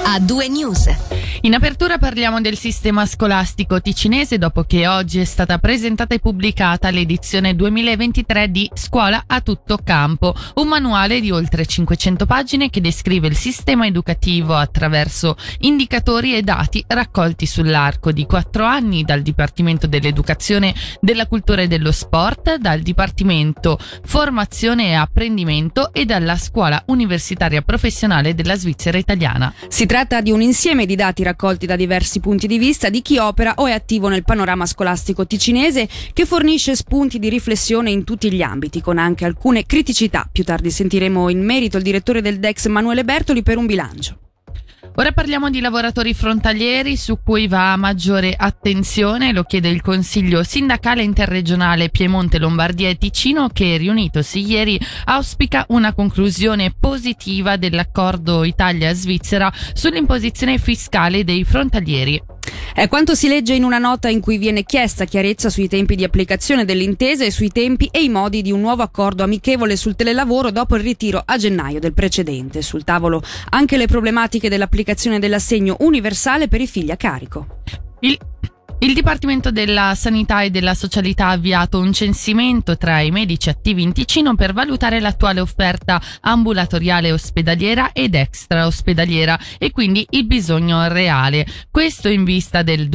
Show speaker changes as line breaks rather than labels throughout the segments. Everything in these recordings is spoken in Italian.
A2 News.
In apertura parliamo del sistema scolastico ticinese dopo che oggi è stata presentata e pubblicata l'edizione 2023 di Scuola a tutto campo, un manuale di oltre 500 pagine che descrive il sistema educativo attraverso indicatori e dati raccolti sull'arco di 4 anni dal Dipartimento dell'Educazione, della Cultura e dello Sport, dal Dipartimento Formazione e Apprendimento e dalla Scuola Universitaria Professionale della Svizzera Italiana.
Si tratta di un insieme di dati raccolti da diversi punti di vista di chi opera o è attivo nel panorama scolastico ticinese, che fornisce spunti di riflessione in tutti gli ambiti, con anche alcune criticità. Più tardi sentiremo in merito il direttore del DEX Emanuele Bertoli per un bilancio.
Ora parliamo di lavoratori frontalieri su cui va maggiore attenzione, lo chiede il Consiglio Sindacale Interregionale Piemonte, Lombardia e Ticino che, riunitosi ieri, auspica una conclusione positiva dell'accordo Italia-Svizzera sull'imposizione fiscale dei frontalieri.
È quanto si legge in una nota in cui viene chiesta chiarezza sui tempi di applicazione dell'intesa e sui tempi e i modi di un nuovo accordo amichevole sul telelavoro dopo il ritiro a gennaio del precedente. Sul tavolo anche le problematiche dell'applicazione dell'assegno universale per i figli a carico.
Il Dipartimento della Sanità e della Socialità ha avviato un censimento tra i medici attivi in Ticino per valutare l'attuale offerta ambulatoriale ospedaliera ed extraospedaliera e quindi il bisogno reale. Questo in vista del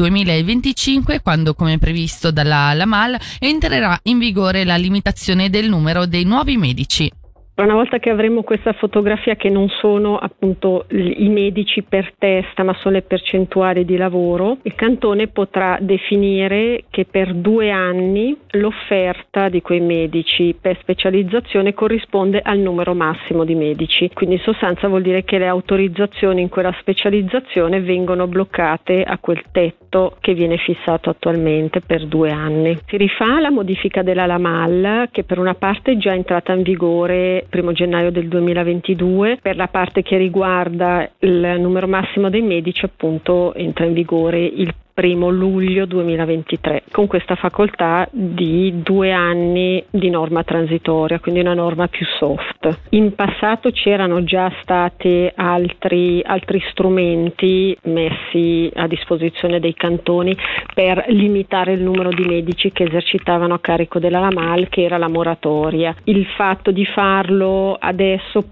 2025, quando, come previsto dalla LAMAL, entrerà in vigore la limitazione del numero dei nuovi medici.
Una volta che avremo questa fotografia, che non sono appunto i medici per testa ma sono le percentuali di lavoro, il Cantone potrà definire che per 2 anni l'offerta di quei medici per specializzazione corrisponde al numero massimo di medici. Quindi in sostanza vuol dire che le autorizzazioni in quella specializzazione vengono bloccate a quel tetto che viene fissato attualmente per 2 anni. Si rifà la modifica della LAMAL, che per una parte è già entrata in vigore 1 gennaio del 2022, per la parte che riguarda il numero massimo dei medici appunto entra in vigore il 1 luglio 2023, con questa facoltà di 2 anni di norma transitoria, quindi una norma più soft. In passato c'erano già stati altri strumenti messi a disposizione dei cantoni per limitare il numero di medici che esercitavano a carico della LAMAL, che era la moratoria. Il fatto di farlo adesso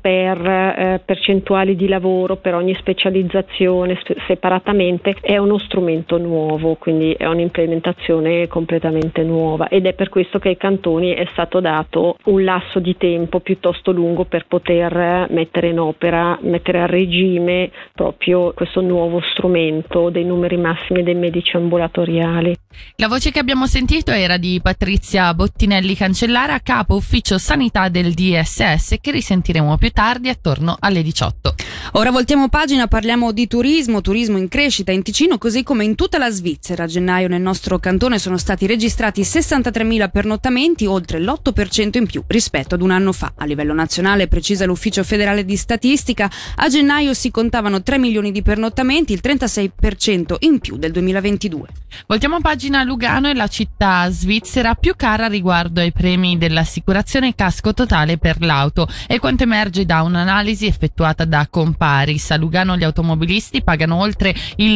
per percentuali di lavoro per ogni specializzazione separatamente è uno strumento nuovo, quindi è un'implementazione completamente nuova, ed è per questo che ai cantoni è stato dato un lasso di tempo piuttosto lungo per poter mettere in opera, mettere a regime proprio questo nuovo strumento dei numeri massimi dei medici ambulatoriali.
La voce che abbiamo sentito era di Patrizia Bottinelli Cancellara, capo ufficio sanità del DSS, che risentiremo più tardi attorno alle 18.
Ora voltiamo pagina, parliamo di turismo in crescita in Ticino così come in tutta la Svizzera. A gennaio nel nostro cantone sono stati registrati 63.000 pernottamenti, oltre l'8% in più rispetto ad un anno fa. A livello nazionale, precisa l'Ufficio Federale di Statistica, a gennaio si contavano 3 milioni di pernottamenti, il 36% in più del 2022.
Voltiamo pagina. Lugano è la città svizzera più cara riguardo ai premi dell'assicurazione casco totale per l'auto, è quanto emerge da un'analisi effettuata da Comparis. A Lugano gli automobilisti pagano oltre il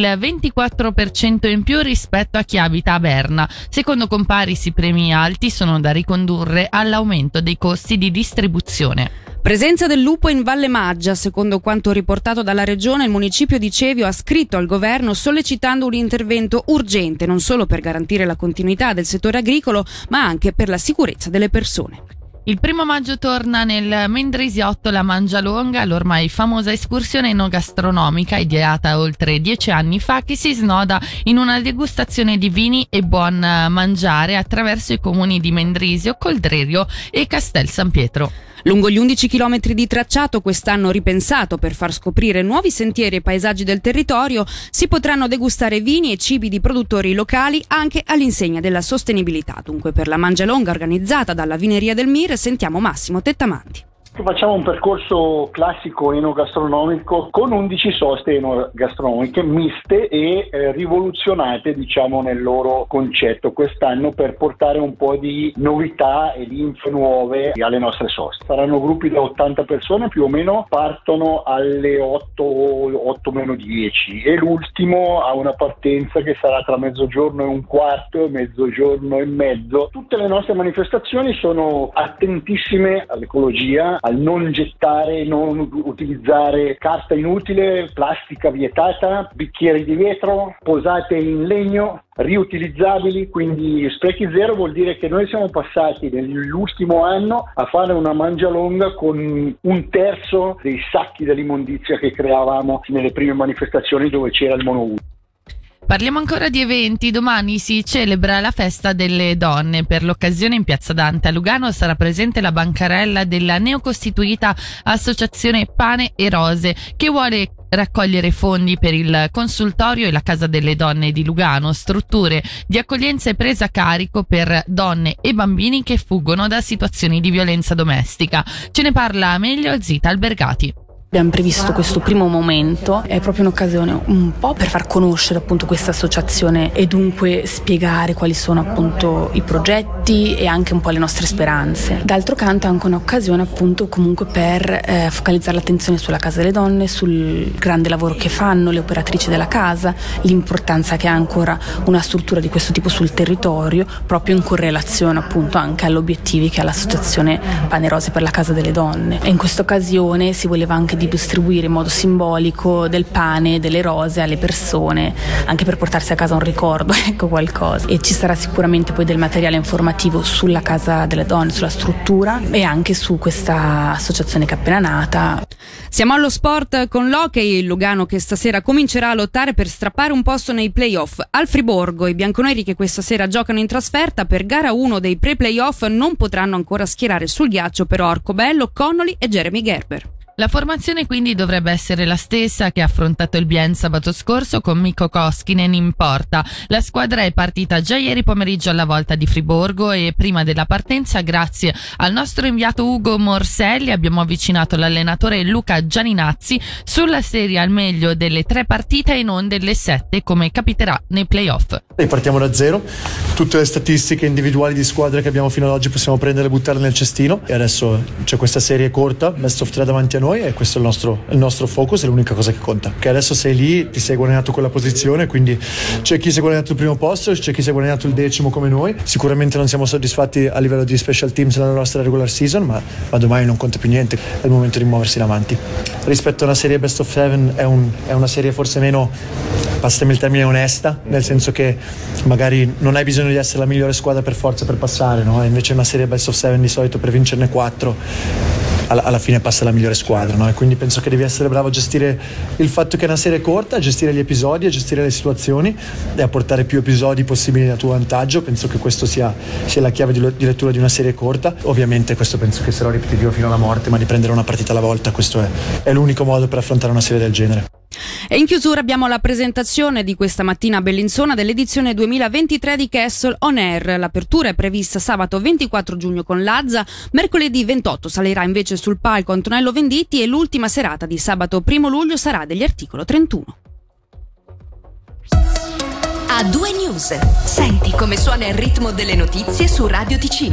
24% in più rispetto a chi abita a Berna. Secondo Comparis i premi alti sono da ricondurre all'aumento dei costi di distribuzione.
Presenza del lupo in Valle Maggia. Secondo quanto riportato dalla regione, il municipio di Cevio ha scritto al governo sollecitando un intervento urgente, non solo per garantire la continuità del settore agricolo, ma anche per la sicurezza delle persone.
Il 1 maggio torna nel Mendrisiotto la Mangialonga, l'ormai famosa escursione enogastronomica ideata oltre 10 anni fa, che si snoda in una degustazione di vini e buon mangiare attraverso i comuni di Mendrisio, Coldrerio e Castel San Pietro.
Lungo gli 11 chilometri di tracciato, quest'anno ripensato per far scoprire nuovi sentieri e paesaggi del territorio, si potranno degustare vini e cibi di produttori locali anche all'insegna della sostenibilità. Dunque per la Mangialonga organizzata dalla Vineria del Mire sentiamo Massimo Tettamanti.
Facciamo un percorso classico enogastronomico con 11 soste enogastronomiche miste e rivoluzionate, diciamo, nel loro concetto quest'anno, per portare un po' di novità e linfe nuove alle nostre soste. Saranno gruppi da 80 persone, più o meno partono alle 8 meno 10, e l'ultimo ha una partenza che sarà tra mezzogiorno e un quarto e mezzogiorno e mezzo. Tutte le nostre manifestazioni sono attentissime all'ecologia, al non gettare, non utilizzare carta inutile, plastica vietata, bicchieri di vetro, posate in legno, riutilizzabili, quindi sprechi zero. Vuol dire che noi siamo passati nell'ultimo anno a fare una mangialonga con 1/3 dei sacchi dell'immondizia che creavamo nelle prime manifestazioni dove c'era il monouso.
Parliamo ancora di eventi. Domani si celebra la festa delle donne. Per l'occasione in Piazza Dante a Lugano sarà presente la bancarella della neocostituita associazione Pane e Rose, che vuole raccogliere fondi per il consultorio e la Casa delle Donne di Lugano, strutture di accoglienza e presa a carico per donne e bambini che fuggono da situazioni di violenza domestica. Ce ne parla meglio Zita Albergati.
Abbiamo previsto questo primo momento, è proprio un'occasione un po' per far conoscere appunto questa associazione e dunque spiegare quali sono appunto i progetti e anche un po' le nostre speranze. D'altro canto è anche un'occasione appunto comunque per focalizzare l'attenzione sulla Casa delle Donne, sul grande lavoro che fanno le operatrici della casa, l'importanza che ha ancora una struttura di questo tipo sul territorio, proprio in correlazione appunto anche agli obiettivi che ha l'associazione Pane e Rose per la Casa delle Donne. E in questa occasione si voleva anche di distribuire in modo simbolico del pane, delle rose alle persone, anche per portarsi a casa un ricordo, ecco, qualcosa. E ci sarà sicuramente poi del materiale informativo sulla Casa delle Donne, sulla struttura e anche su questa associazione che è appena nata.
Siamo allo sport con l'hockey, il Lugano che stasera comincerà a lottare per strappare un posto nei play-off. Al Friburgo i bianconeri, che questa sera giocano in trasferta per gara 1 dei pre-playoff, non potranno ancora schierare sul ghiaccio però Arcobello, Connolly e Jeremy Gerber.
La formazione quindi dovrebbe essere la stessa che ha affrontato il Bien sabato scorso, con Mikko Koskinen in porta. La squadra è partita già ieri pomeriggio alla volta di Friburgo e prima della partenza, grazie al nostro inviato Ugo Morselli, abbiamo avvicinato l'allenatore Luca Gianinazzi sulla serie al meglio delle 3 partite e non delle 7 come capiterà nei playoff.
E partiamo da zero, tutte le statistiche individuali di squadre che abbiamo fino ad oggi possiamo prendere e buttarle nel cestino, e adesso c'è questa serie corta, best of 3 davanti a noi, e questo è il nostro focus, è l'unica cosa che conta, che adesso sei lì, ti sei guadagnato quella posizione, quindi c'è chi si è guadagnato il primo posto, c'è chi si è guadagnato il 10° come noi. Sicuramente non siamo soddisfatti a livello di special teams nella nostra regular season, ma domani non conta più niente, è il momento di muoversi in avanti. Rispetto a una serie best of 7 è una serie forse meno, passatemi il termine, onesta, nel senso che magari non hai bisogno di essere la migliore squadra per forza per passare, no? Invece una serie best of 7 di solito per vincerne 4 alla fine passa la migliore squadra, no? E quindi penso che devi essere bravo a gestire il fatto che è una serie corta, a gestire gli episodi, a gestire le situazioni e a portare più episodi possibili a tuo vantaggio. Penso che questo sia la chiave di lettura di una serie corta. Ovviamente questo penso che sarà ripetitivo fino alla morte, ma di prendere una partita alla volta, questo è l'unico modo per affrontare una serie del genere.
E in chiusura abbiamo la presentazione di questa mattina a Bellinzona dell'edizione 2023 di Castle On Air. L'apertura è prevista sabato 24 giugno con Lazza, mercoledì 28 salirà invece sul palco Antonello Venditti e l'ultima serata di sabato 1 luglio sarà degli Articolo 31.
A2 News. Senti come suona il ritmo delle notizie su Radio Ticino.